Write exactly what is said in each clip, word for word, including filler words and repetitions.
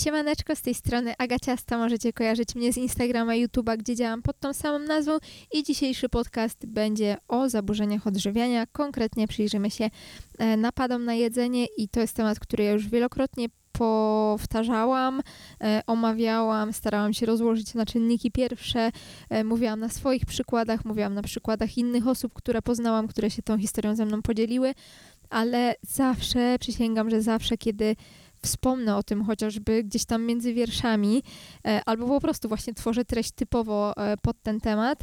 Siemaneczko, z tej strony Aga Ciasta, możecie kojarzyć mnie z Instagrama i YouTube'a, gdzie działam pod tą samą nazwą i dzisiejszy podcast będzie o zaburzeniach odżywiania. Konkretnie przyjrzymy się napadom na jedzenie i to jest temat, który ja już wielokrotnie powtarzałam, e, omawiałam, starałam się rozłożyć na czynniki pierwsze, e, mówiłam na swoich przykładach, mówiłam na przykładach innych osób, które poznałam, które się tą historią ze mną podzieliły, ale zawsze, przysięgam, że zawsze, kiedy wspomnę o tym chociażby gdzieś tam między wierszami, e, albo po prostu właśnie tworzę treść typowo e, pod ten temat,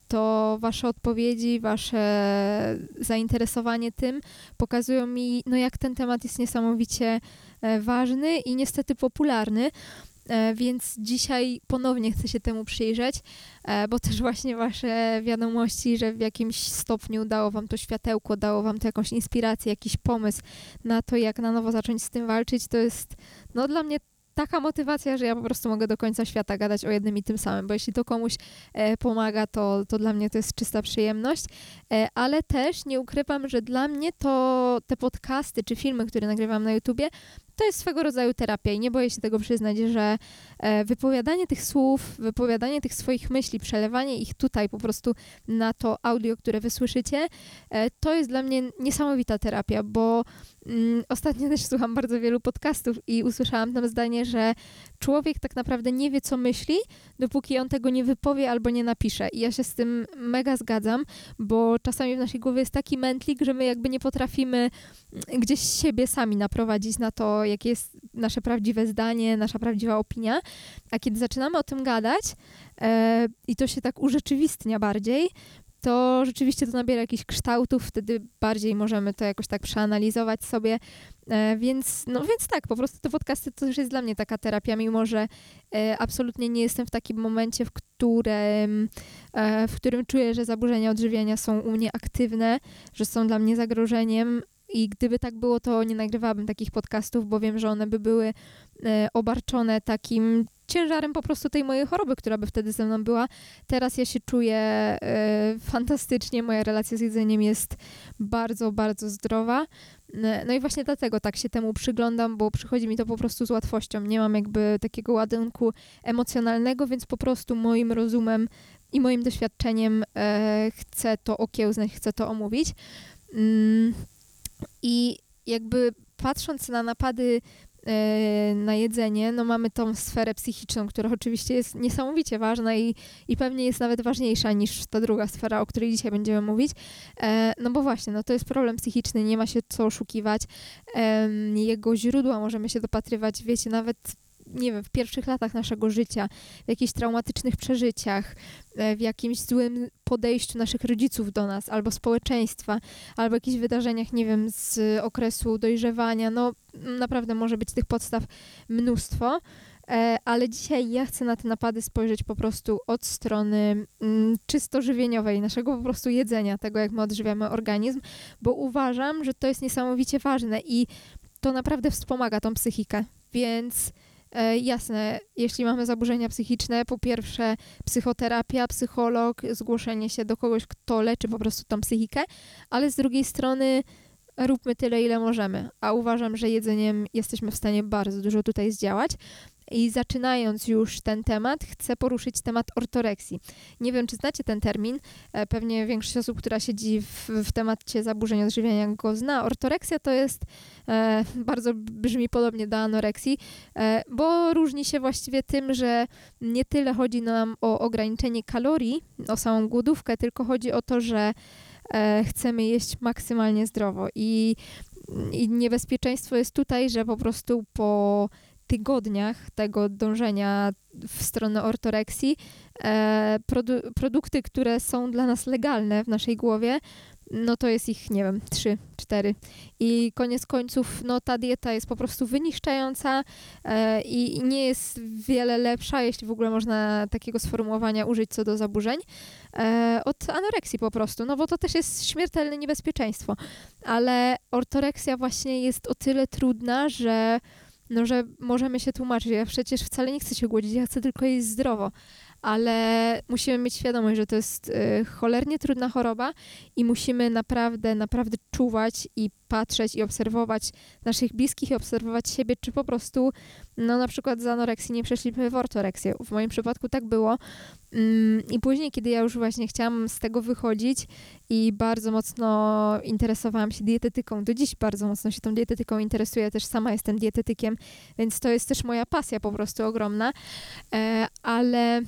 to wasze odpowiedzi, wasze zainteresowanie tym pokazują mi, no jak ten temat jest niesamowicie e, ważny i niestety popularny. E, więc dzisiaj ponownie chcę się temu przyjrzeć, e, bo też właśnie wasze wiadomości, że w jakimś stopniu dało wam to światełko, dało wam to jakąś inspirację, jakiś pomysł na to, jak na nowo zacząć z tym walczyć, to jest no dla mnie taka motywacja, że ja po prostu mogę do końca świata gadać o jednym i tym samym, bo jeśli to komuś e, pomaga, to, to dla mnie to jest czysta przyjemność, e, ale też nie ukrywam, że dla mnie to te podcasty czy filmy, które nagrywam na YouTubie, to jest swego rodzaju terapia i nie boję się tego przyznać, że e, wypowiadanie tych słów, wypowiadanie tych swoich myśli, przelewanie ich tutaj po prostu na to audio, które wysłyszycie, e, to jest dla mnie niesamowita terapia, bo mm, ostatnio też słucham bardzo wielu podcastów i usłyszałam tam zdanie, że człowiek tak naprawdę nie wie, co myśli, dopóki on tego nie wypowie albo nie napisze. I ja się z tym mega zgadzam, bo czasami w naszej głowie jest taki mętlik, że my jakby nie potrafimy gdzieś siebie sami naprowadzić na to, jakie jest nasze prawdziwe zdanie, nasza prawdziwa opinia. A kiedy zaczynamy o tym gadać e, i to się tak urzeczywistnia bardziej, to rzeczywiście to nabiera jakichś kształtów, wtedy bardziej możemy to jakoś tak przeanalizować sobie, e, więc, no więc tak, po prostu te podcasty to już jest dla mnie taka terapia, mimo że e, absolutnie nie jestem w takim momencie, w którym, e, w którym czuję, że zaburzenia odżywiania są u mnie aktywne, że są dla mnie zagrożeniem. I gdyby tak było, to nie nagrywałabym takich podcastów, bo wiem, że one by były e, obarczone takim ciężarem po prostu tej mojej choroby, która by wtedy ze mną była. Teraz ja się czuję e, fantastycznie, moja relacja z jedzeniem jest bardzo, bardzo zdrowa. E, no i właśnie dlatego tak się temu przyglądam, bo przychodzi mi to po prostu z łatwością. Nie mam jakby takiego ładunku emocjonalnego, więc po prostu moim rozumem i moim doświadczeniem e, chcę to okiełznać, chcę to omówić. Mm. I jakby patrząc na napady e, na jedzenie, no mamy tą sferę psychiczną, która oczywiście jest niesamowicie ważna i, i pewnie jest nawet ważniejsza niż ta druga sfera, o której dzisiaj będziemy mówić. E, no bo właśnie, no to jest problem psychiczny, nie ma się co oszukiwać. E, jego źródła możemy się dopatrywać, wiecie, nawet nie wiem, w pierwszych latach naszego życia, w jakichś traumatycznych przeżyciach, w jakimś złym podejściu naszych rodziców do nas, albo społeczeństwa, albo jakichś wydarzeniach, nie wiem, z okresu dojrzewania. No naprawdę może być tych podstaw mnóstwo, ale dzisiaj ja chcę na te napady spojrzeć po prostu od strony mm, czysto żywieniowej, naszego po prostu jedzenia, tego jak my odżywiamy organizm, bo uważam, że to jest niesamowicie ważne i to naprawdę wspomaga tą psychikę, więc E, jasne, jeśli mamy zaburzenia psychiczne, po pierwsze psychoterapia, psycholog, zgłoszenie się do kogoś, kto leczy po prostu tą psychikę, ale z drugiej strony róbmy tyle, ile możemy, a uważam, że jedzeniem jesteśmy w stanie bardzo dużo tutaj zdziałać. I zaczynając już ten temat, chcę poruszyć temat ortoreksji. Nie wiem, czy znacie ten termin, e, pewnie większość osób, która siedzi w, w temacie zaburzeń odżywiania go zna. Ortoreksja to jest, e, bardzo brzmi podobnie do anoreksji, e, bo różni się właściwie tym, że nie tyle chodzi nam o ograniczenie kalorii, o samą głodówkę, tylko chodzi o to, że e, chcemy jeść maksymalnie zdrowo. I, I niebezpieczeństwo jest tutaj, że po prostu po tygodniach tego dążenia w stronę ortoreksji e, produ- produkty, które są dla nas legalne w naszej głowie, no to jest ich, nie wiem, trzy, cztery. I koniec końców, no ta dieta jest po prostu wyniszczająca e, i nie jest wiele lepsza, jeśli w ogóle można takiego sformułowania użyć co do zaburzeń, e, od anoreksji po prostu, no bo to też jest śmiertelne niebezpieczeństwo. Ale ortoreksja właśnie jest o tyle trudna, że no, że możemy się tłumaczyć, ja przecież wcale nie chcę się głodzić, ja chcę tylko jeść zdrowo, ale musimy mieć świadomość, że to jest y, cholernie trudna choroba i musimy naprawdę, naprawdę czuwać i patrzeć i obserwować naszych bliskich i obserwować siebie, czy po prostu, no na przykład z anoreksji nie przeszliśmy w ortoreksję. W moim przypadku tak było. Ym, I później, kiedy ja już właśnie chciałam z tego wychodzić i bardzo mocno interesowałam się dietetyką, do dziś bardzo mocno się tą dietetyką interesuję, też sama jestem dietetykiem, więc to jest też moja pasja po prostu ogromna, e, ale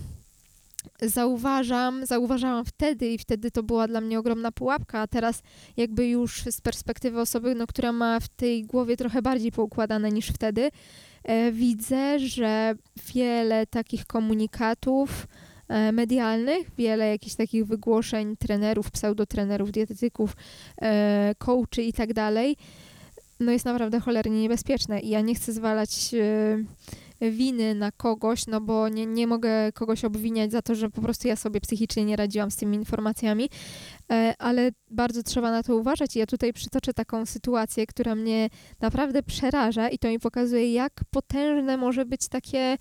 zauważam, zauważałam wtedy i wtedy to była dla mnie ogromna pułapka, a teraz jakby już z perspektywy osoby, no, która ma w tej głowie trochę bardziej poukładane niż wtedy, e, widzę, że wiele takich komunikatów e, medialnych, wiele jakichś takich wygłoszeń trenerów, pseudotrenerów, dietetyków, e, coachy i tak dalej, no jest naprawdę cholernie niebezpieczne i ja nie chcę zwalać e, winy na kogoś, no bo nie, nie mogę kogoś obwiniać za to, że po prostu ja sobie psychicznie nie radziłam z tymi informacjami, e, ale bardzo trzeba na to uważać i ja tutaj przytoczę taką sytuację, która mnie naprawdę przeraża i to mi pokazuje, jak potężne może być takie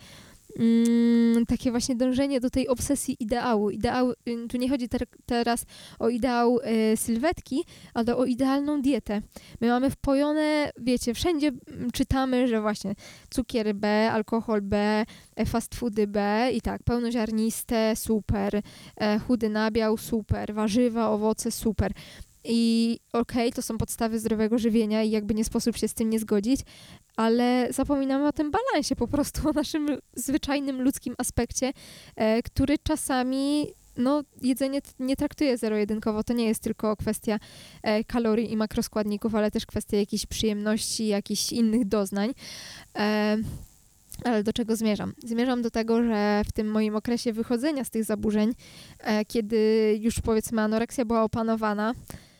Mm, takie właśnie dążenie do tej obsesji ideału. Ideał, tu nie chodzi ter- teraz o ideał y, sylwetki, ale o idealną dietę. My mamy wpojone, wiecie, wszędzie czytamy, że właśnie cukier B, alkohol B, fast foody B i tak, pełnoziarniste, super, e, chudy nabiał, super, warzywa, owoce, super. I okej, okay, to są podstawy zdrowego żywienia i jakby nie sposób się z tym nie zgodzić, ale zapominamy o tym balansie, po prostu o naszym zwyczajnym ludzkim aspekcie, e, który czasami, no jedzenie nie traktuje zero-jedynkowo, to nie jest tylko kwestia e, kalorii i makroskładników, ale też kwestia jakiejś przyjemności, jakichś innych doznań. E, Ale do czego zmierzam? Zmierzam do tego, że w tym moim okresie wychodzenia z tych zaburzeń, e, kiedy już powiedzmy anoreksja była opanowana,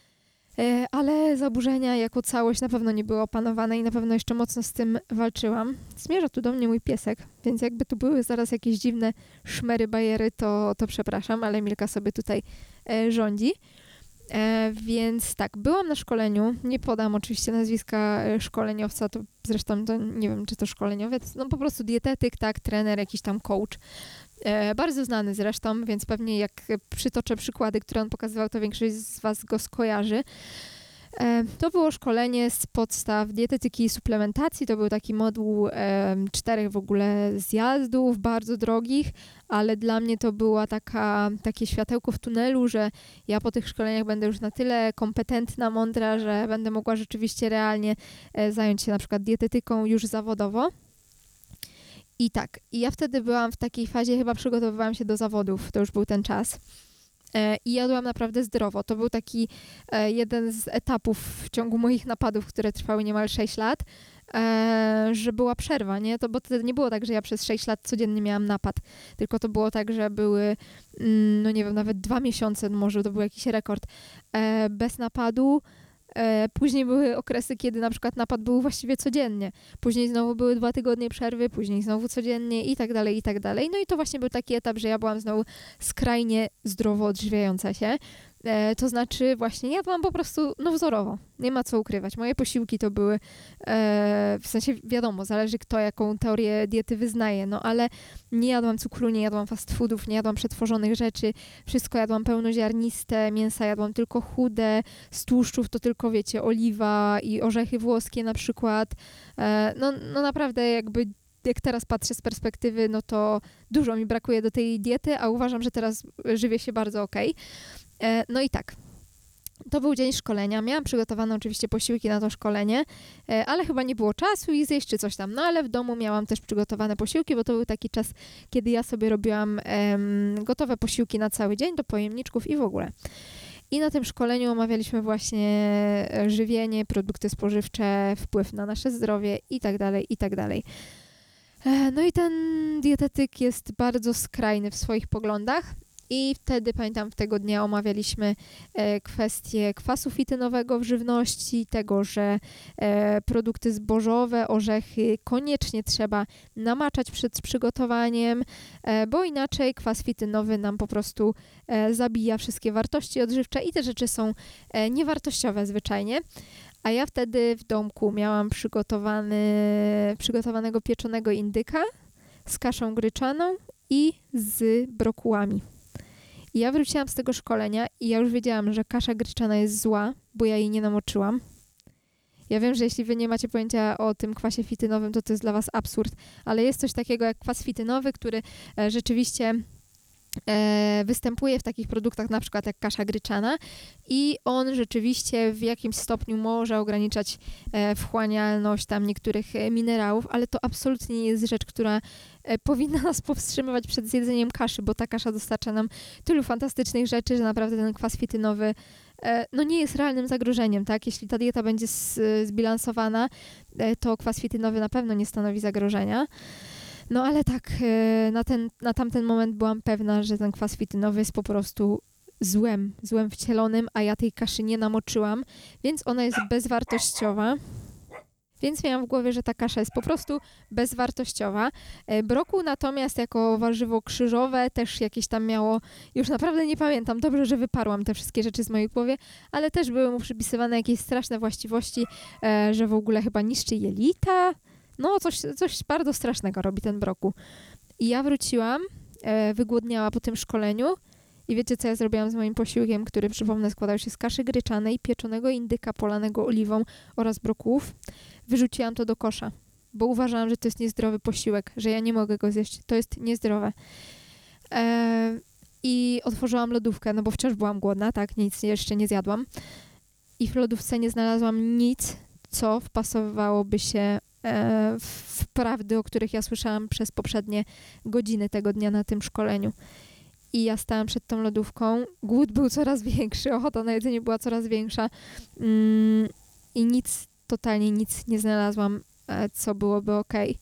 e, ale zaburzenia jako całość na pewno nie były opanowane i na pewno jeszcze mocno z tym walczyłam. Zmierza tu do mnie mój piesek, więc jakby tu były zaraz jakieś dziwne szmery, bajery, to, to przepraszam, ale Milka sobie tutaj e, rządzi. E, więc tak, byłam na szkoleniu, nie podam oczywiście nazwiska szkoleniowca, to zresztą to nie wiem, czy to szkoleniowiec, no po prostu dietetyk, tak, trener, jakiś tam coach, e, bardzo znany zresztą, więc pewnie jak przytoczę przykłady, które on pokazywał, to większość z was go skojarzy. E, to było szkolenie z podstaw dietetyki i suplementacji, to był taki moduł e, czterech w ogóle zjazdów, bardzo drogich, ale dla mnie to była taka, takie światełko w tunelu, że ja po tych szkoleniach będę już na tyle kompetentna, mądra, że będę mogła rzeczywiście realnie e, zająć się na przykład dietetyką już zawodowo. I tak, i ja wtedy byłam w takiej fazie, chyba przygotowywałam się do zawodów, to już był ten czas. I jadłam naprawdę zdrowo. To był taki e, jeden z etapów w ciągu moich napadów, które trwały niemal sześć lat, e, że była przerwa, nie? To, bo wtedy nie było tak, że ja przez sześć lat codziennie miałam napad, tylko to było tak, że były, mm, no nie wiem, nawet dwa miesiące, może to był jakiś rekord, e, bez napadu. E, później były okresy, kiedy na przykład napad był właściwie codziennie. Później znowu były dwa tygodnie przerwy, później znowu codziennie i tak dalej, i tak dalej. No i to właśnie był taki etap, że ja byłam znowu skrajnie zdrowo odżywiająca się. E, to znaczy właśnie jadłam po prostu no wzorowo. Nie ma co ukrywać. Moje posiłki to były, e, w sensie wiadomo, zależy kto jaką teorię diety wyznaje, no ale nie jadłam cukru, nie jadłam fast foodów, nie jadłam przetworzonych rzeczy, wszystko jadłam pełnoziarniste, mięsa jadłam tylko chude, z tłuszczów to tylko, wiecie, oliwa i orzechy włoskie na przykład. E, no, no naprawdę jakby jak teraz patrzę z perspektywy, no to dużo mi brakuje do tej diety, a uważam, że teraz żywię się bardzo okej. E, no i tak. To był dzień szkolenia. Miałam przygotowane oczywiście posiłki na to szkolenie, e, ale chyba nie było czasu ich zjeść czy coś tam. No ale w domu miałam też przygotowane posiłki, bo to był taki czas, kiedy ja sobie robiłam em, gotowe posiłki na cały dzień do pojemniczków i w ogóle. I na tym szkoleniu omawialiśmy właśnie żywienie, produkty spożywcze, wpływ na nasze zdrowie i tak dalej, i tak dalej. E, no i ten dietetyk jest bardzo skrajny w swoich poglądach. I wtedy, pamiętam, tego dnia omawialiśmy e, kwestię kwasu fitynowego w żywności, tego, że e, produkty zbożowe, orzechy koniecznie trzeba namaczać przed przygotowaniem, e, bo inaczej kwas fitynowy nam po prostu e, zabija wszystkie wartości odżywcze i te rzeczy są e, niewartościowe zwyczajnie. A ja wtedy w domku miałam przygotowany, przygotowanego pieczonego indyka z kaszą gryczaną i z brokułami. I ja wróciłam z tego szkolenia i ja już wiedziałam, że kasza gryczana jest zła, bo ja jej nie namoczyłam. Ja wiem, że jeśli wy nie macie pojęcia o tym kwasie fitynowym, to to jest dla was absurd, ale jest coś takiego jak kwas fitynowy, który e, rzeczywiście e, występuje w takich produktach na przykład jak kasza gryczana i on rzeczywiście w jakimś stopniu może ograniczać e, wchłanialność tam niektórych e, minerałów, ale to absolutnie nie jest rzecz, która e, powinna nas powstrzymywać przed zjedzeniem kaszy, bo ta kasza dostarcza nam tylu fantastycznych rzeczy, że naprawdę ten kwas fitynowy no nie jest realnym zagrożeniem, tak? Jeśli ta dieta będzie zbilansowana, to kwas fitynowy na pewno nie stanowi zagrożenia. No ale tak, na, ten, na tamten moment byłam pewna, że ten kwas fitynowy jest po prostu złem, złem wcielonym, a ja tej kaszy nie namoczyłam, więc ona jest bezwartościowa. Więc miałam w głowie, że ta kasza jest po prostu bezwartościowa. Brokuł natomiast jako warzywo krzyżowe też jakieś tam miało, już naprawdę nie pamiętam, dobrze, że wyparłam te wszystkie rzeczy z mojej głowy, ale też były mu przypisywane jakieś straszne właściwości, że w ogóle chyba niszczy jelita. No coś, coś bardzo strasznego robi ten brokuł. I ja wróciłam, wygłodniała po tym szkoleniu i wiecie, co ja zrobiłam z moim posiłkiem, który, przypomnę, składał się z kaszy gryczanej, pieczonego indyka polanego oliwą oraz brokułów. Wyrzuciłam to do kosza, bo uważałam, że to jest niezdrowy posiłek, że ja nie mogę go zjeść. To jest niezdrowe. Eee, I otworzyłam lodówkę, no bo wciąż byłam głodna, tak, nic jeszcze nie zjadłam. I w lodówce nie znalazłam nic, co wpasowywałoby się e, w prawdy, o których ja słyszałam przez poprzednie godziny tego dnia na tym szkoleniu. I ja stałam przed tą lodówką, głód był coraz większy, ochota na jedzenie była coraz większa mm, i nic, totalnie nic nie znalazłam, co byłoby okej.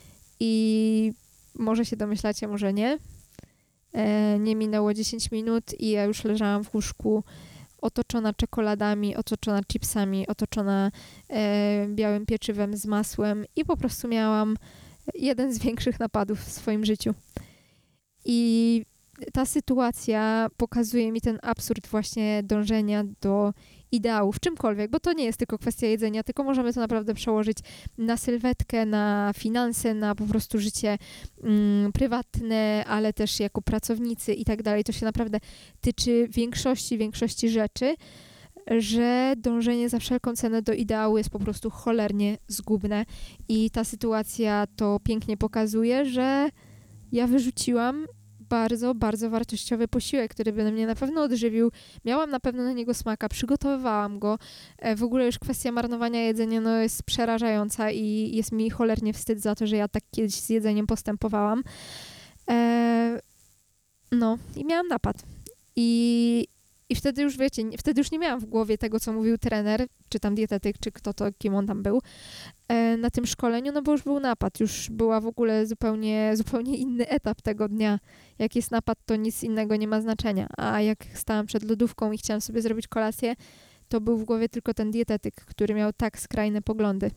I może się domyślacie, może nie. E, nie minęło dziesięć minut i ja już leżałam w łóżku otoczona czekoladami, otoczona chipsami, otoczona e, białym pieczywem z masłem i po prostu miałam jeden z większych napadów w swoim życiu. I ta sytuacja pokazuje mi ten absurd właśnie dążenia do ideału w czymkolwiek, bo to nie jest tylko kwestia jedzenia, tylko możemy to naprawdę przełożyć na sylwetkę, na finanse, na po prostu życie mm, prywatne, ale też jako pracownicy i tak dalej. To się naprawdę tyczy większości, większości rzeczy, że dążenie za wszelką cenę do ideału jest po prostu cholernie zgubne i ta sytuacja to pięknie pokazuje, że ja wyrzuciłam bardzo, bardzo wartościowy posiłek, który by mnie na pewno odżywił. Miałam na pewno na niego smaka, przygotowywałam go. W ogóle już kwestia marnowania jedzenia no, jest przerażająca i jest mi cholernie wstyd za to, że ja tak kiedyś z jedzeniem postępowałam. Eee, no i miałam napad. I, I wtedy już, wiecie, wtedy już nie miałam w głowie tego, co mówił trener, czy tam dietetyk, czy kto to, kim on tam był, e, na tym szkoleniu, no bo już był napad, już była w ogóle zupełnie, zupełnie inny etap tego dnia. Jak jest napad, to nic innego nie ma znaczenia, a jak stałam przed lodówką i chciałam sobie zrobić kolację, to był w głowie tylko ten dietetyk, który miał tak skrajne poglądy.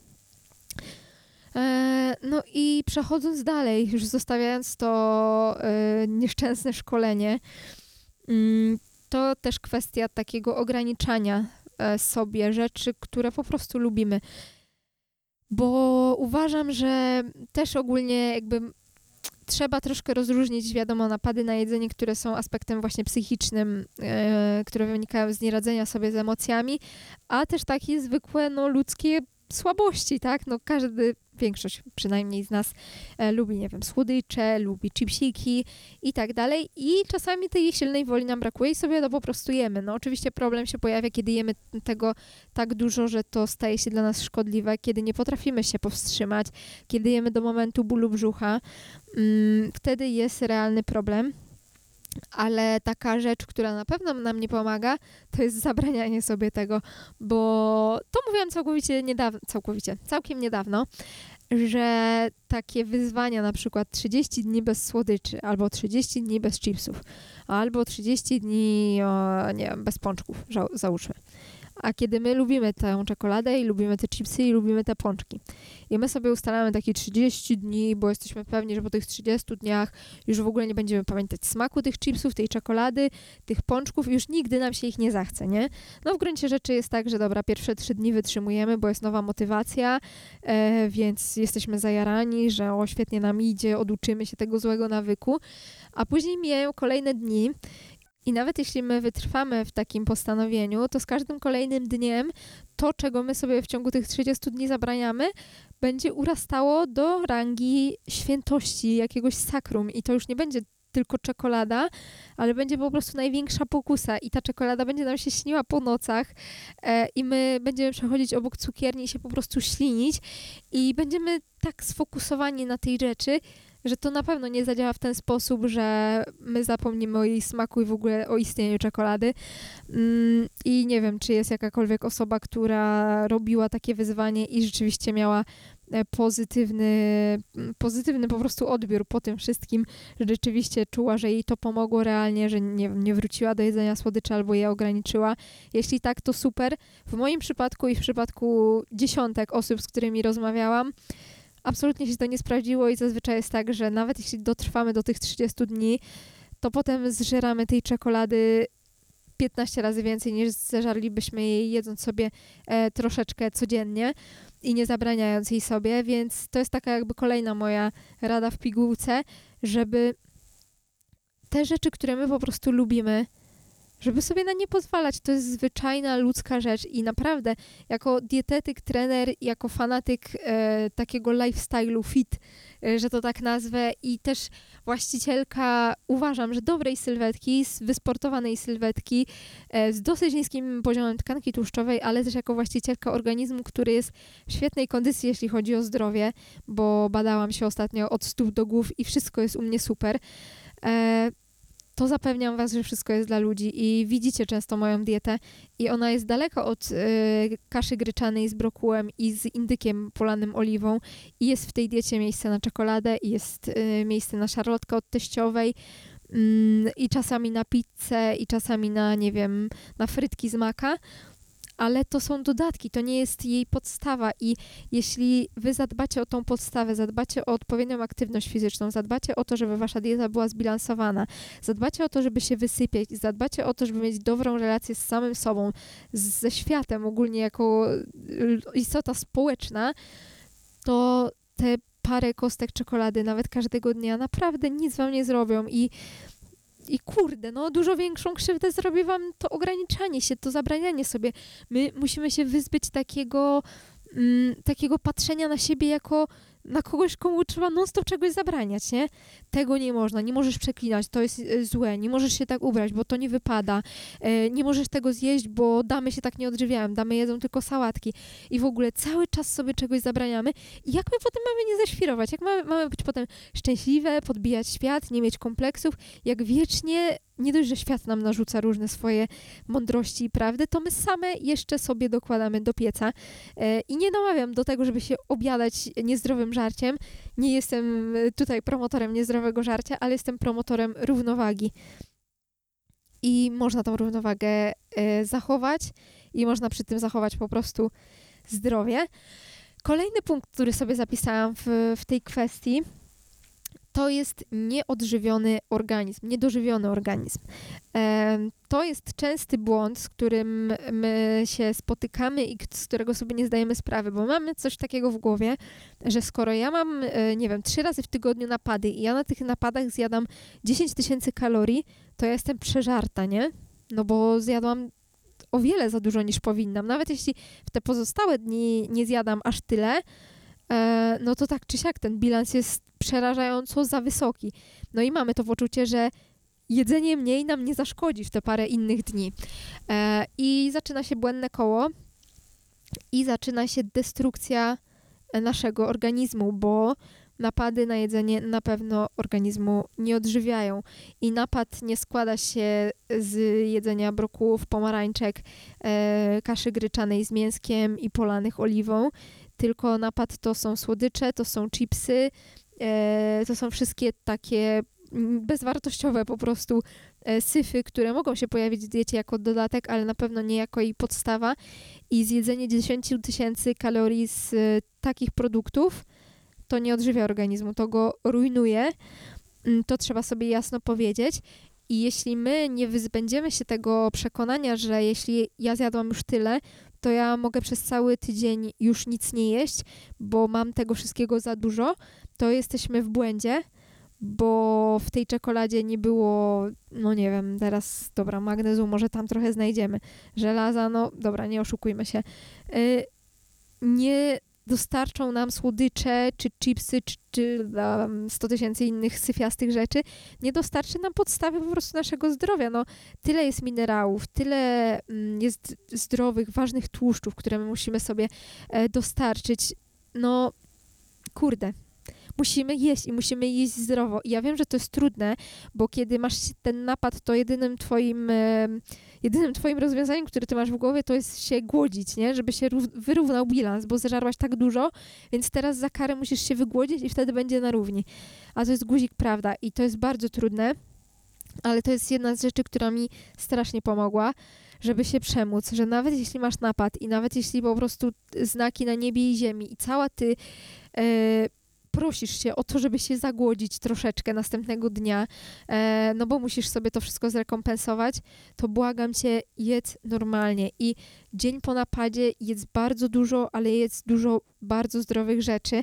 E, no i przechodząc dalej, już zostawiając to e, nieszczęsne szkolenie, mm, to też kwestia takiego ograniczania e, sobie rzeczy, które po prostu lubimy. Bo uważam, że też ogólnie jakby trzeba troszkę rozróżnić, wiadomo, napady na jedzenie, które są aspektem właśnie psychicznym, e, które wynikają z nieradzenia sobie z emocjami, a też takie zwykłe, no, ludzkie słabości, tak? No każdy, większość przynajmniej z nas e, lubi, nie wiem, słodycze, lubi chipsiki i tak dalej i czasami tej silnej woli nam brakuje i sobie to po prostu jemy. No oczywiście problem się pojawia, kiedy jemy tego tak dużo, że to staje się dla nas szkodliwe, kiedy nie potrafimy się powstrzymać, kiedy jemy do momentu bólu brzucha, mm, wtedy jest realny problem. Ale taka rzecz, która na pewno nam nie pomaga, to jest zabranianie sobie tego, bo to mówiłam całkowicie niedawno, całkowicie, całkiem niedawno, że takie wyzwania, na przykład trzydzieści dni bez słodyczy, albo trzydzieści dni bez chipsów, albo trzydzieści dni, o, nie wiem, bez pączków, załóżmy, A kiedy my lubimy tę czekoladę i lubimy te chipsy i lubimy te pączki. I my sobie ustalamy takie trzydzieści dni, bo jesteśmy pewni, że po tych trzydziestu dniach już w ogóle nie będziemy pamiętać smaku tych chipsów, tej czekolady, tych pączków i już nigdy nam się ich nie zachce, nie? No w gruncie rzeczy jest tak, że dobra, pierwsze trzy dni wytrzymujemy, bo jest nowa motywacja, e, więc jesteśmy zajarani, że o, świetnie nam idzie, oduczymy się tego złego nawyku, a później mijają kolejne dni. I nawet jeśli my wytrwamy w takim postanowieniu, to z każdym kolejnym dniem to, czego my sobie w ciągu tych trzydziestu dni zabraniamy, będzie urastało do rangi świętości, jakiegoś sakrum. I to już nie będzie tylko czekolada, ale będzie po prostu największa pokusa i ta czekolada będzie nam się śniła po nocach e, i my będziemy przechodzić obok cukierni i się po prostu ślinić i będziemy tak sfokusowani na tej rzeczy, że to na pewno nie zadziała w ten sposób, że my zapomnimy o jej smaku i w ogóle o istnieniu czekolady. Mm, I nie wiem, czy jest jakakolwiek osoba, która robiła takie wyzwanie i rzeczywiście miała pozytywny, pozytywny po prostu odbiór po tym wszystkim, że rzeczywiście czuła, że jej to pomogło realnie, że nie, nie wróciła do jedzenia słodyczy albo je ograniczyła. Jeśli tak, to super. W moim przypadku i w przypadku dziesiątek osób, z którymi rozmawiałam, absolutnie się to nie sprawdziło i zazwyczaj jest tak, że nawet jeśli dotrwamy do tych trzydziestu dni, to potem zżeramy tej czekolady piętnaście razy więcej niż zeżarlibyśmy jej jedząc sobie e, troszeczkę codziennie i nie zabraniając jej sobie, więc to jest taka jakby kolejna moja rada w pigułce, żeby te rzeczy, które my po prostu lubimy, żeby sobie na nie pozwalać. To jest zwyczajna ludzka rzecz i naprawdę jako dietetyk, trener, jako fanatyk e, takiego lifestyle'u fit, e, że to tak nazwę i też właścicielka, uważam, że dobrej sylwetki, wysportowanej sylwetki, e, z dosyć niskim poziomem tkanki tłuszczowej, ale też jako właścicielka organizmu, który jest w świetnej kondycji, jeśli chodzi o zdrowie, bo badałam się ostatnio od stóp do głów i wszystko jest u mnie super. E, to zapewniam was, że wszystko jest dla ludzi i widzicie często moją dietę i ona jest daleko od y, kaszy gryczanej z brokułem i z indykiem polanym oliwą i jest w tej diecie miejsce na czekoladę i jest y, miejsce na szarlotkę od teściowej y, i czasami na pizzę i czasami na, nie wiem, na frytki z maka, ale to są dodatki, to nie jest jej podstawa i jeśli wy zadbacie o tą podstawę, zadbacie o odpowiednią aktywność fizyczną, zadbacie o to, żeby wasza dieta była zbilansowana, zadbacie o to, żeby się wysypiać, zadbacie o to, żeby mieć dobrą relację z samym sobą, z, ze światem ogólnie jako istota społeczna, to te parę kostek czekolady nawet każdego dnia naprawdę nic wam nie zrobią i I kurde, no dużo większą krzywdę zrobi wam to ograniczanie się, to zabranianie sobie. My musimy się wyzbyć takiego, mm, takiego patrzenia na siebie jako na kogoś, komu trzeba non-stop czegoś zabraniać, nie? Tego nie można, nie możesz przeklinać, to jest e, złe, nie możesz się tak ubrać, bo to nie wypada, e, nie możesz tego zjeść, bo damy się tak nie odżywiają, damy jedzą tylko sałatki i w ogóle cały czas sobie czegoś zabraniamy i jak my potem mamy nie zaświrować, jak mamy, mamy być potem szczęśliwe, podbijać świat, nie mieć kompleksów, jak wiecznie nie dość, że świat nam narzuca różne swoje mądrości i prawdy, to my same jeszcze sobie dokładamy do pieca. E, I nie namawiam do tego, żeby się objadać niezdrowym żarciem. Nie jestem tutaj promotorem niezdrowego żarcia, ale jestem promotorem równowagi. I można tą równowagę e, zachować i można przy tym zachować po prostu zdrowie. Kolejny punkt, który sobie zapisałam w, w tej kwestii, to jest nieodżywiony organizm, niedożywiony organizm. E, to jest częsty błąd, z którym my się spotykamy i z którego sobie nie zdajemy sprawy, bo mamy coś takiego w głowie, że skoro ja mam, e, nie wiem, trzy razy w tygodniu napady i ja na tych napadach zjadam dziesięć tysięcy kalorii, to ja jestem przeżarta, nie? No bo zjadłam o wiele za dużo niż powinnam. Nawet jeśli w te pozostałe dni nie zjadam aż tyle, e, no to tak czy siak ten bilans jest przerażająco za wysoki. No i mamy to poczucie, że jedzenie mniej nam nie zaszkodzi w te parę innych dni. E, I zaczyna się błędne koło i zaczyna się destrukcja naszego organizmu, bo napady na jedzenie na pewno organizmu nie odżywiają. I napad nie składa się z jedzenia brokułów, pomarańczek, e, kaszy gryczanej z mięskiem i polanych oliwą, tylko napad to są słodycze, to są chipsy, e, to są wszystkie takie bezwartościowe po prostu e, syfy, które mogą się pojawić w diecie jako dodatek, ale na pewno nie jako jej podstawa. I zjedzenie dziesięć tysięcy kalorii z e, takich produktów to nie odżywia organizmu, to go rujnuje. To trzeba sobie jasno powiedzieć. I jeśli my nie wyzbędziemy się tego przekonania, że jeśli ja zjadłam już tyle, to ja mogę przez cały tydzień już nic nie jeść, bo mam tego wszystkiego za dużo, to jesteśmy w błędzie, bo w tej czekoladzie nie było, no nie wiem, teraz, dobra, magnezu może tam trochę znajdziemy, żelaza, no dobra, nie oszukujmy się. Yy, nie dostarczą nam słodycze, czy chipsy, czy, czy um, sto tysięcy innych syfiastych rzeczy, nie dostarczy nam podstawy po prostu naszego zdrowia. No, tyle jest minerałów, tyle mm, jest zdrowych, ważnych tłuszczów, które my musimy sobie e, dostarczyć. No, kurde. Musimy jeść i musimy jeść zdrowo. I ja wiem, że to jest trudne, bo kiedy masz ten napad, to jedynym twoim, e, jedynym twoim rozwiązaniem, które ty masz w głowie, to jest się głodzić, nie? Żeby się rów- wyrównał bilans, bo zeżarłaś tak dużo, więc teraz za karę musisz się wygłodzić i wtedy będzie na równi. A to jest guzik, prawda? I to jest bardzo trudne, ale to jest jedna z rzeczy, która mi strasznie pomogła, żeby się przemóc, że nawet jeśli masz napad i nawet jeśli po prostu znaki na niebie i ziemi i cała ty... E, prosisz się o to, żeby się zagłodzić troszeczkę następnego dnia, e, no bo musisz sobie to wszystko zrekompensować, to błagam cię, jedz normalnie i dzień po napadzie jedz bardzo dużo, ale jedz dużo bardzo zdrowych rzeczy,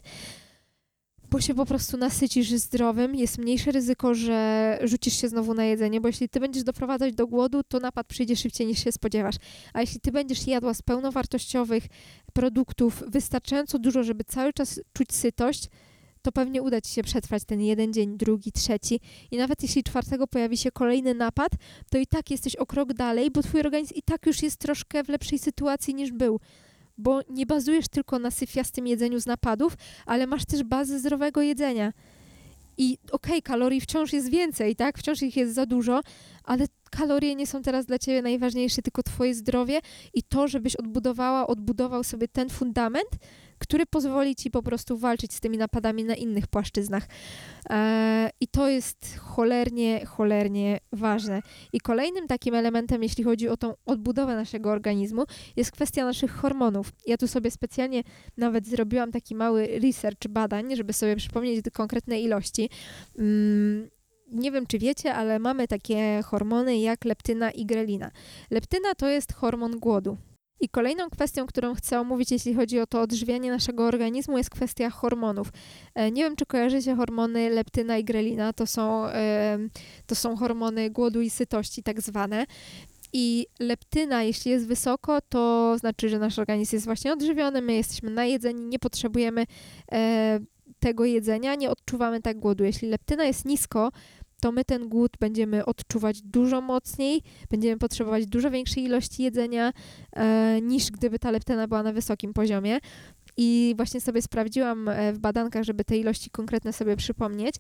bo się po prostu nasycisz zdrowym, jest mniejsze ryzyko, że rzucisz się znowu na jedzenie, bo jeśli ty będziesz doprowadzać do głodu, to napad przyjdzie szybciej niż się spodziewasz. A jeśli ty będziesz jadła z pełnowartościowych produktów wystarczająco dużo, żeby cały czas czuć sytość, to pewnie uda ci się przetrwać ten jeden dzień, drugi, trzeci i nawet jeśli czwartego pojawi się kolejny napad, to i tak jesteś o krok dalej, bo twój organizm i tak już jest troszkę w lepszej sytuacji niż był, bo nie bazujesz tylko na syfiastym jedzeniu z napadów, ale masz też bazę zdrowego jedzenia. I okej, okay, kalorii wciąż jest więcej, tak? Wciąż ich jest za dużo, ale kalorie nie są teraz dla ciebie najważniejsze, tylko twoje zdrowie i to, żebyś odbudowała, odbudował sobie ten fundament, który pozwoli ci po prostu walczyć z tymi napadami na innych płaszczyznach. Eee, I to jest cholernie, cholernie ważne. I kolejnym takim elementem, jeśli chodzi o tą odbudowę naszego organizmu, jest kwestia naszych hormonów. Ja tu sobie specjalnie nawet zrobiłam taki mały research badań, żeby sobie przypomnieć konkretne ilości. Mm, Nie wiem, czy wiecie, ale mamy takie hormony jak leptyna i grelina. Leptyna to jest hormon głodu. I kolejną kwestią, którą chcę omówić, jeśli chodzi o to odżywianie naszego organizmu, jest kwestia hormonów. E, nie wiem, czy kojarzycie hormony leptyna i grelina. To są, e, to są hormony głodu i sytości tak zwane. I leptyna, jeśli jest wysoko, to znaczy, że nasz organizm jest właśnie odżywiony, my jesteśmy najedzeni, nie potrzebujemy e, tego jedzenia, nie odczuwamy tak głodu. Jeśli leptyna jest nisko, to my ten głód będziemy odczuwać dużo mocniej, będziemy potrzebować dużo większej ilości jedzenia e, niż gdyby ta leptyna była na wysokim poziomie. I właśnie sobie sprawdziłam w badankach, żeby te ilości konkretne sobie przypomnieć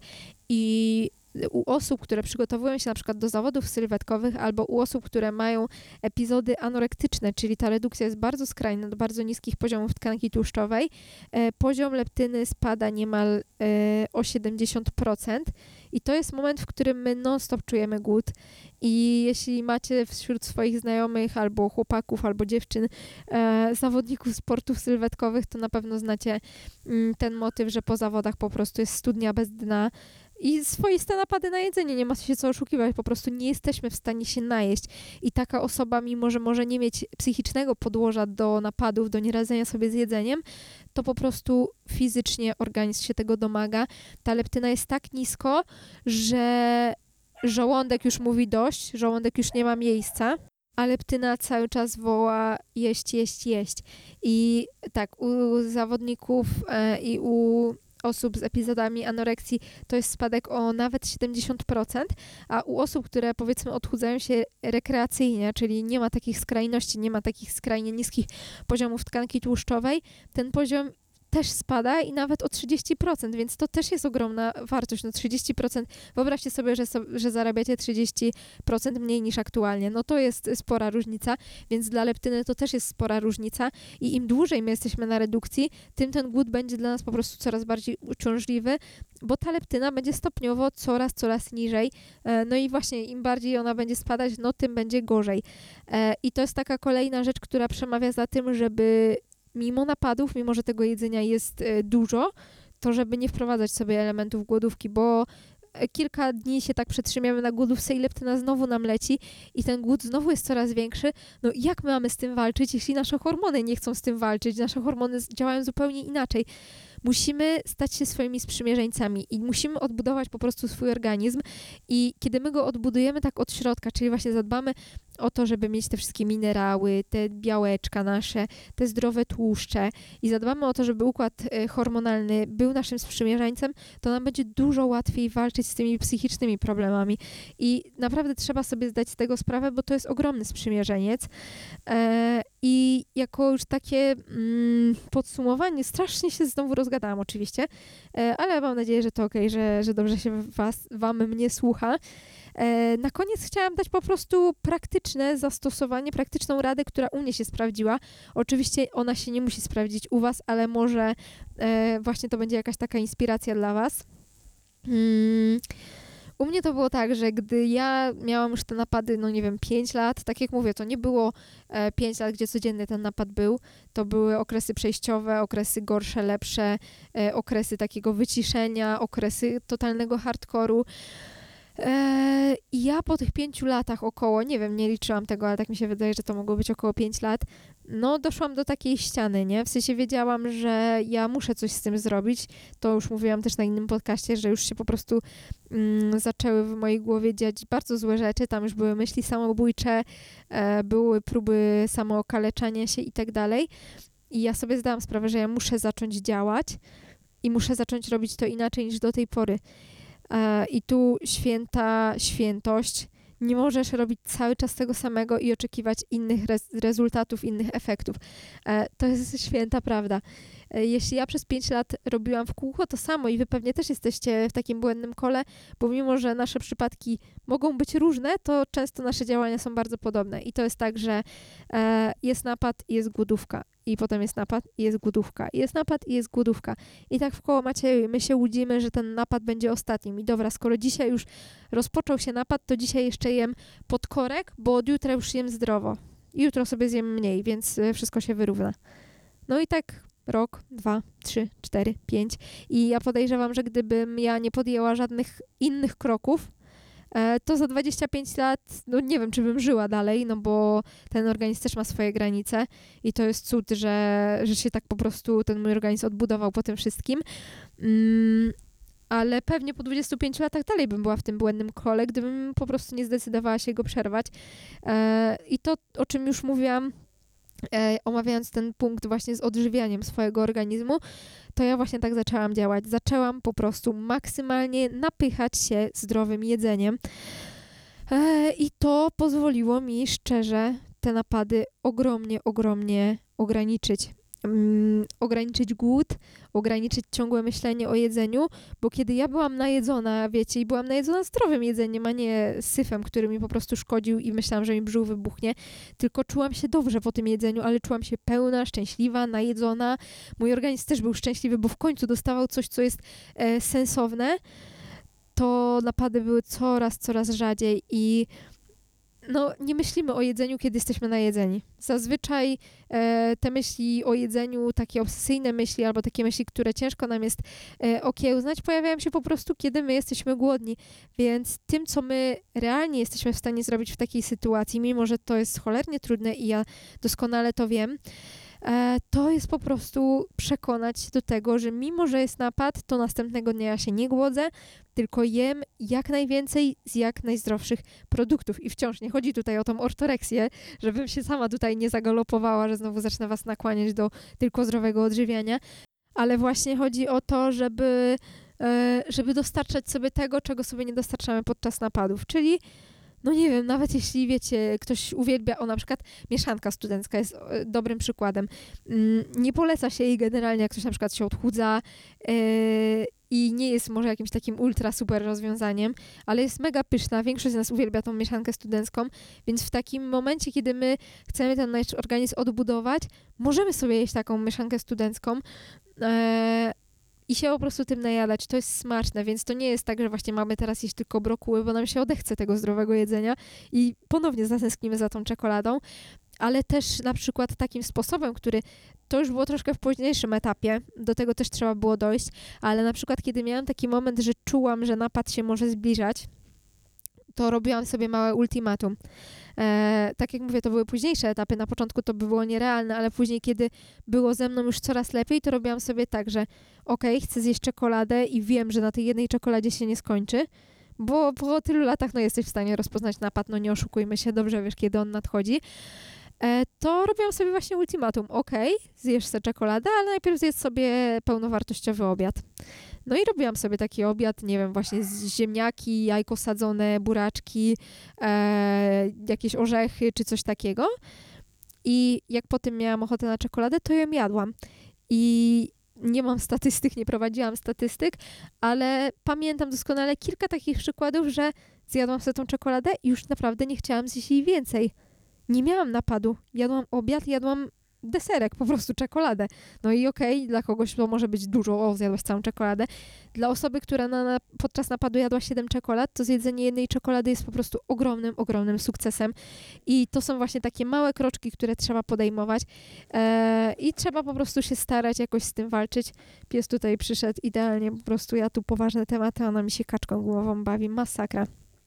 i u osób, które przygotowują się na przykład do zawodów sylwetkowych albo u osób, które mają epizody anorektyczne, czyli ta redukcja jest bardzo skrajna do bardzo niskich poziomów tkanki tłuszczowej, e, poziom leptyny spada niemal e, o siedemdziesiąt procent i to jest moment, w którym my non-stop czujemy głód i jeśli macie wśród swoich znajomych albo chłopaków, albo dziewczyn e, zawodników sportów sylwetkowych, to na pewno znacie m, ten motyw, że po zawodach po prostu jest studnia bez dna, i swoiste napady na jedzenie, nie ma się co oszukiwać, po prostu nie jesteśmy w stanie się najeść i taka osoba, mimo że może nie mieć psychicznego podłoża do napadów, do nieradzenia sobie z jedzeniem, to po prostu fizycznie organizm się tego domaga. Ta leptyna jest tak nisko, że żołądek już mówi dość, żołądek już nie ma miejsca, a leptyna cały czas woła jeść, jeść, jeść. I tak, u zawodników e, i u osób z epizodami anoreksji to jest spadek o nawet siedemdziesiąt procent, a u osób, które powiedzmy odchudzają się rekreacyjnie, czyli nie ma takich skrajności, nie ma takich skrajnie niskich poziomów tkanki tłuszczowej, ten poziom też spada i nawet o trzydzieści procent, więc to też jest ogromna wartość. No trzydzieści procent, wyobraźcie sobie, że, so, że zarabiacie trzydzieści procent mniej niż aktualnie. No to jest spora różnica, więc dla leptyny to też jest spora różnica i im dłużej my jesteśmy na redukcji, tym ten głód będzie dla nas po prostu coraz bardziej uciążliwy, bo ta leptyna będzie stopniowo coraz, coraz niżej. No i właśnie im bardziej ona będzie spadać, no tym będzie gorzej. I to jest taka kolejna rzecz, która przemawia za tym, żeby mimo napadów, mimo że tego jedzenia jest dużo, to żeby nie wprowadzać sobie elementów głodówki, bo kilka dni się tak przetrzymiemy na głodówce i leptyna znowu nam leci i ten głód znowu jest coraz większy. No jak my mamy z tym walczyć, jeśli nasze hormony nie chcą z tym walczyć? Nasze hormony działają zupełnie inaczej. Musimy stać się swoimi sprzymierzeńcami i musimy odbudować po prostu swój organizm i kiedy my go odbudujemy tak od środka, czyli właśnie zadbamy o to, żeby mieć te wszystkie minerały, te białeczka nasze, te zdrowe tłuszcze i zadbamy o to, żeby układ hormonalny był naszym sprzymierzeńcem, to nam będzie dużo łatwiej walczyć z tymi psychicznymi problemami. I naprawdę trzeba sobie zdać z tego sprawę, bo to jest ogromny sprzymierzeniec. E, I jako już takie mm, podsumowanie, strasznie się znowu rozgadałam oczywiście, e, ale mam nadzieję, że to okej, okay, że, że dobrze się was, wam mnie słucha. E, na koniec chciałam dać po prostu praktyczne zastosowanie, praktyczną radę, która u mnie się sprawdziła. Oczywiście ona się nie musi sprawdzić u was, ale może e, właśnie to będzie jakaś taka inspiracja dla was. Hmm. U mnie to było tak, że gdy ja miałam już te napady, no nie wiem, pięć lat, tak jak mówię, to nie było e, pięć lat, gdzie codziennie ten napad był, to były okresy przejściowe, okresy gorsze, lepsze, e, okresy takiego wyciszenia, okresy totalnego hardkoru. E, I ja po tych pięciu latach około, nie wiem, nie liczyłam tego, ale tak mi się wydaje, że to mogło być około pięć lat, no doszłam do takiej ściany, nie? W sensie wiedziałam, że ja muszę coś z tym zrobić. To już mówiłam też na innym podcaście, że już się po prostu mm, zaczęły w mojej głowie dziać bardzo złe rzeczy. Tam już były myśli samobójcze, e, były próby samookaleczania się i tak dalej. I ja sobie zdałam sprawę, że ja muszę zacząć działać i muszę zacząć robić to inaczej niż do tej pory. E, I tu święta świętość. Nie możesz robić cały czas tego samego i oczekiwać innych rez- rezultatów, innych efektów. E, to jest święta prawda. E, jeśli ja przez pięć lat robiłam w kółko to samo i wy pewnie też jesteście w takim błędnym kole, bo mimo, że nasze przypadki mogą być różne, to często nasze działania są bardzo podobne. I to jest tak, że e, jest napad i jest głodówka. I potem jest napad i jest głodówka. I jest napad i jest głodówka. I tak w koło Macieju my się łudzimy, że ten napad będzie ostatnim. I dobra, skoro dzisiaj już rozpoczął się napad, to dzisiaj jeszcze jem podkorek, bo od jutra już jem zdrowo. I jutro sobie zjem mniej, więc wszystko się wyrówna. No i tak rok, dwa, trzy, cztery, pięć. I ja podejrzewam, że gdybym ja nie podjęła żadnych innych kroków, to za dwadzieścia pięć lat, no nie wiem, czy bym żyła dalej, no bo ten organizm też ma swoje granice i to jest cud, że, że się tak po prostu ten mój organizm odbudował po tym wszystkim. Mm, ale pewnie po dwudziestu pięciu latach dalej bym była w tym błędnym kole, gdybym po prostu nie zdecydowała się go przerwać. E, I to, o czym już mówiłam, E, omawiając ten punkt właśnie z odżywianiem swojego organizmu, to ja właśnie tak zaczęłam działać. Zaczęłam po prostu maksymalnie napychać się zdrowym jedzeniem e, i to pozwoliło mi szczerze te napady ogromnie, ogromnie ograniczyć. Um, ograniczyć głód, ograniczyć ciągłe myślenie o jedzeniu, bo kiedy ja byłam najedzona, wiecie, i byłam najedzona zdrowym jedzeniem, a nie syfem, który mi po prostu szkodził i myślałam, że mi brzuch wybuchnie, tylko czułam się dobrze po tym jedzeniu, ale czułam się pełna, szczęśliwa, najedzona. Mój organizm też był szczęśliwy, bo w końcu dostawał coś, co jest e, sensowne. To napady były coraz, coraz rzadziej i no, nie myślimy o jedzeniu, kiedy jesteśmy najedzeni. Zazwyczaj e, te myśli o jedzeniu, takie obsesyjne myśli albo takie myśli, które ciężko nam jest e, okiełznać, pojawiają się po prostu, kiedy my jesteśmy głodni. Więc tym, co my realnie jesteśmy w stanie zrobić w takiej sytuacji, mimo że to jest cholernie trudne i ja doskonale to wiem, e, to jest po prostu przekonać się do tego, że mimo, że jest napad, to następnego dnia ja się nie głodzę, tylko jem jak najwięcej z jak najzdrowszych produktów. I wciąż nie chodzi tutaj o tą ortoreksję, żebym się sama tutaj nie zagalopowała, że znowu zacznę was nakłaniać do tylko zdrowego odżywiania, ale właśnie chodzi o to, żeby, żeby dostarczać sobie tego, czego sobie nie dostarczamy podczas napadów, czyli no nie wiem, nawet jeśli wiecie, ktoś uwielbia, o na przykład mieszanka studencka jest e, dobrym przykładem. Mm, nie poleca się jej generalnie, jak ktoś na przykład się odchudza e, i nie jest może jakimś takim ultra super rozwiązaniem, ale jest mega pyszna. Większość z nas uwielbia tą mieszankę studencką, więc w takim momencie, kiedy my chcemy ten nasz organizm odbudować, możemy sobie jeść taką mieszankę studencką e, i się po prostu tym najadać. To jest smaczne, więc to nie jest tak, że właśnie mamy teraz jeść tylko brokuły, bo nam się odechce tego zdrowego jedzenia i ponownie zatęsknimy za tą czekoladą, ale też na przykład takim sposobem, który to już było troszkę w późniejszym etapie, do tego też trzeba było dojść, ale na przykład kiedy miałam taki moment, że czułam, że napad się może zbliżać, to robiłam sobie małe ultimatum. E, tak jak mówię, to były późniejsze etapy, na początku to by było nierealne, ale później, kiedy było ze mną już coraz lepiej, to robiłam sobie tak, że okej, okay, chcę zjeść czekoladę i wiem, że na tej jednej czekoladzie się nie skończy, bo po tylu latach no, jesteś w stanie rozpoznać napad, no nie oszukujmy się, dobrze wiesz, kiedy on nadchodzi. E, to robiłam sobie właśnie ultimatum. Okej, okay, zjesz sobie czekoladę, ale najpierw zjedz sobie pełnowartościowy obiad. No i robiłam sobie taki obiad, nie wiem, właśnie z ziemniaki, jajko sadzone, buraczki, e, jakieś orzechy czy coś takiego. I jak potem miałam ochotę na czekoladę, to ją jadłam. I nie mam statystyk, nie prowadziłam statystyk, ale pamiętam doskonale kilka takich przykładów, że zjadłam sobie tą czekoladę i już naprawdę nie chciałam zjeść jej więcej. Nie miałam napadu. Jadłam obiad, jadłam deserek, po prostu czekoladę. No i okej, okay, dla kogoś to może być dużo, o, zjadłaś całą czekoladę. Dla osoby, która na, na, podczas napadu jadła siedem czekolad, to zjedzenie jednej czekolady jest po prostu ogromnym, ogromnym sukcesem. I to są właśnie takie małe kroczki, które trzeba podejmować eee, i trzeba po prostu się starać jakoś z tym walczyć. Pies tutaj przyszedł idealnie, po prostu ja tu poważne tematy, ona mi się kaczką głową bawi, masakra.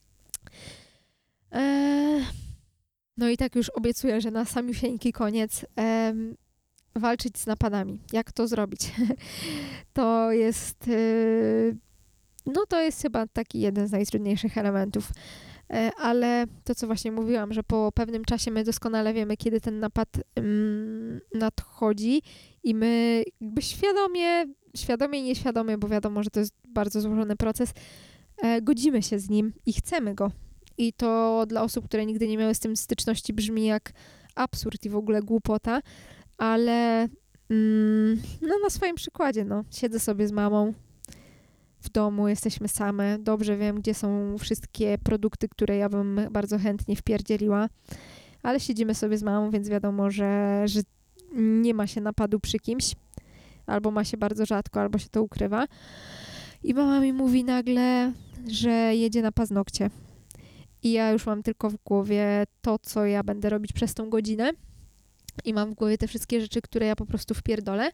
Eee... No i tak już obiecuję, że na samiusieńki koniec em, walczyć z napadami. Jak to zrobić? To jest y, no to jest chyba taki jeden z najtrudniejszych elementów. E, ale to, co właśnie mówiłam, że po pewnym czasie my doskonale wiemy, kiedy ten napad mm, nadchodzi i my jakby świadomie, świadomie i nieświadomie, bo wiadomo, że to jest bardzo złożony proces, e, godzimy się z nim i chcemy go. I to dla osób, które nigdy nie miały z tym styczności, brzmi jak absurd i w ogóle głupota, ale mm, no na swoim przykładzie, no. Siedzę sobie z mamą w domu, jesteśmy same, dobrze wiem, gdzie są wszystkie produkty, które ja bym bardzo chętnie wpierdzieliła, ale siedzimy sobie z mamą, więc wiadomo, że, że nie ma się napadu przy kimś, albo ma się bardzo rzadko, albo się to ukrywa. I mama mi mówi nagle, że jedzie na paznokcie. I ja już mam tylko w głowie to, co ja będę robić przez tą godzinę. I mam w głowie te wszystkie rzeczy, które ja po prostu wpierdolę.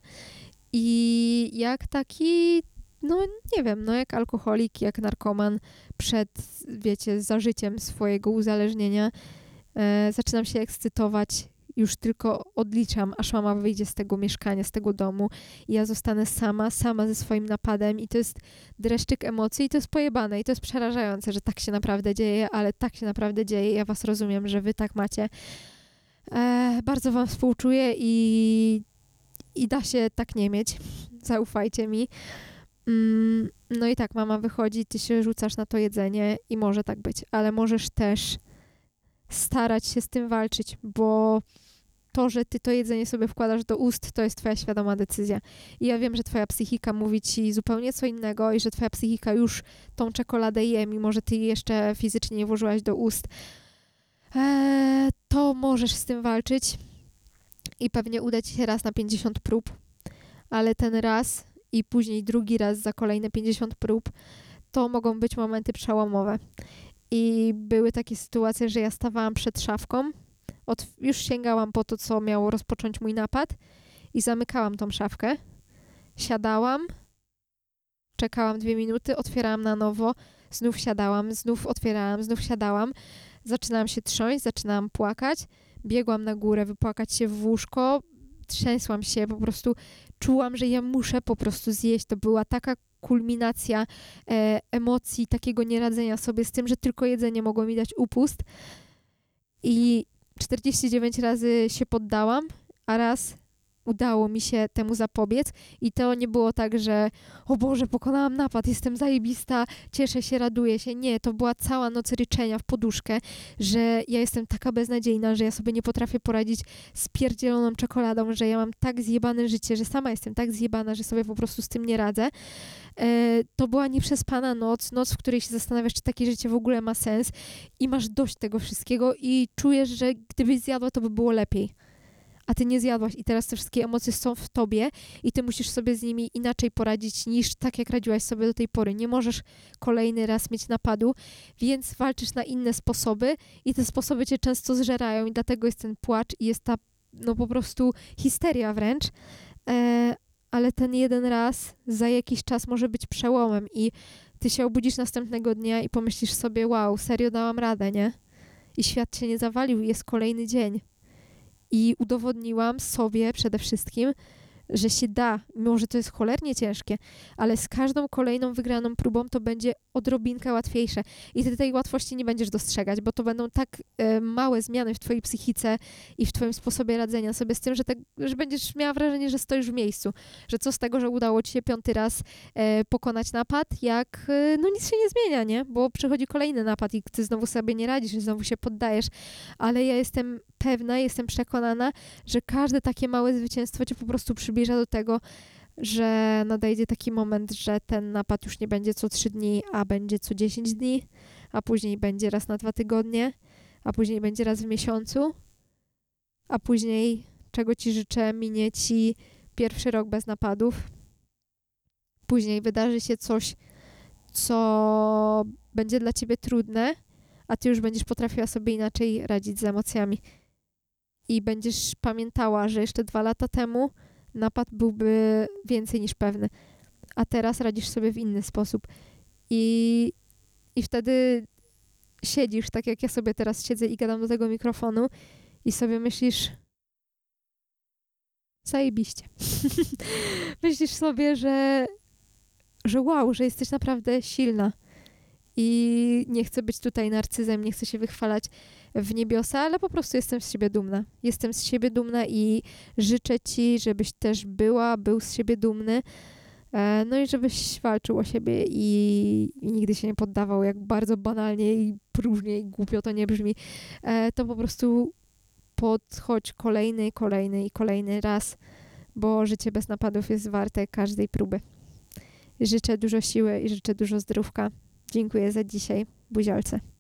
I jak taki, no nie wiem, no jak alkoholik, jak narkoman przed, wiecie, zażyciem swojego uzależnienia, e, zaczynam się ekscytować. Już tylko odliczam, aż mama wyjdzie z tego mieszkania, z tego domu i ja zostanę sama, sama ze swoim napadem i to jest dreszczyk emocji i to jest pojebane i to jest przerażające, że tak się naprawdę dzieje, ale tak się naprawdę dzieje. Ja was rozumiem, że wy tak macie. E, bardzo wam współczuję i, i da się tak nie mieć. Zaufajcie mi. Mm, no i tak, mama wychodzi, ty się rzucasz na to jedzenie i może tak być, ale możesz też starać się z tym walczyć, bo to, że ty to jedzenie sobie wkładasz do ust, to jest twoja świadoma decyzja. I ja wiem, że twoja psychika mówi ci zupełnie co innego i że twoja psychika już tą czekoladę je, mimo że ty jej jeszcze fizycznie nie włożyłaś do ust. Eee, to możesz z tym walczyć i pewnie uda ci się raz na pięćdziesiąt prób, ale ten raz i później drugi raz za kolejne pięćdziesiąt prób, to mogą być momenty przełomowe. I były takie sytuacje, że ja stawałam przed szafką, od, już sięgałam po to, co miało rozpocząć mój napad i zamykałam tą szafkę. Siadałam, czekałam dwie minuty, otwierałam na nowo, znów siadałam, znów otwierałam, znów siadałam. Zaczynałam się trząść, zaczynałam płakać, biegłam na górę, wypłakać się w łóżko, trzęsłam się, po prostu czułam, że ja muszę po prostu zjeść. To była taka kulminacja e, emocji, takiego nieradzenia sobie z tym, że tylko jedzenie mogło mi dać upust. I czterdzieści dziewięć razy się poddałam, a raz udało mi się temu zapobiec i to nie było tak, że o Boże, pokonałam napad, jestem zajebista, cieszę się, raduję się. Nie, to była cała noc ryczenia w poduszkę, że ja jestem taka beznadziejna, że ja sobie nie potrafię poradzić z pierdzieloną czekoladą, że ja mam tak zjebane życie, że sama jestem tak zjebana, że sobie po prostu z tym nie radzę. E, to była nieprzespana noc, noc, w której się zastanawiasz, czy takie życie w ogóle ma sens i masz dość tego wszystkiego i czujesz, że gdybyś zjadła, to by było lepiej. A ty nie zjadłaś i teraz te wszystkie emocje są w tobie i ty musisz sobie z nimi inaczej poradzić niż tak, jak radziłaś sobie do tej pory. Nie możesz kolejny raz mieć napadu, więc walczysz na inne sposoby i te sposoby cię często zżerają i dlatego jest ten płacz i jest ta, no po prostu histeria wręcz. E, ale ten jeden raz za jakiś czas może być przełomem i ty się obudzisz następnego dnia i pomyślisz sobie, wow, serio dałam radę, nie? I świat się nie zawalił, jest kolejny dzień. I udowodniłam sobie przede wszystkim, że się da, mimo że to jest cholernie ciężkie, ale z każdą kolejną wygraną próbą to będzie odrobinkę łatwiejsze. I ty tej łatwości nie będziesz dostrzegać, bo to będą tak e, małe zmiany w twojej psychice i w twoim sposobie radzenia sobie z tym, że, te, że będziesz miała wrażenie, że stoisz w miejscu. Że co z tego, że udało ci się piąty raz e, pokonać napad, jak e, no nic się nie zmienia, nie? Bo przychodzi kolejny napad i ty znowu sobie nie radzisz, znowu się poddajesz. Ale ja jestem pewna, jestem przekonana, że każde takie małe zwycięstwo cię po prostu przybliża do tego, że nadejdzie taki moment, że ten napad już nie będzie co trzy dni, a będzie co dziesięć dni, a później będzie raz na dwa tygodnie, a później będzie raz w miesiącu, a później, czego ci życzę, minie ci pierwszy rok bez napadów. Później wydarzy się coś, co będzie dla ciebie trudne, a ty już będziesz potrafiła sobie inaczej radzić z emocjami. I będziesz pamiętała, że jeszcze dwa lata temu napad byłby więcej niż pewny, a teraz radzisz sobie w inny sposób. I, i wtedy siedzisz, tak jak ja sobie teraz siedzę i gadam do tego mikrofonu i sobie myślisz, zajebiście. Myślisz sobie, że, że wow, że jesteś naprawdę silna. I nie chcę być tutaj narcyzem, nie chcę się wychwalać w niebiosa, ale po prostu jestem z siebie dumna. Jestem z siebie dumna i życzę ci, żebyś też była, był z siebie dumny. E, no i żebyś walczył o siebie i, i nigdy się nie poddawał, jak bardzo banalnie i próżnie i głupio to nie brzmi. E, to po prostu podchodź kolejny, kolejny i kolejny raz, bo życie bez napadów jest warte każdej próby. Życzę dużo siły i życzę dużo zdrówka. Dziękuję za dzisiaj. Buziolce.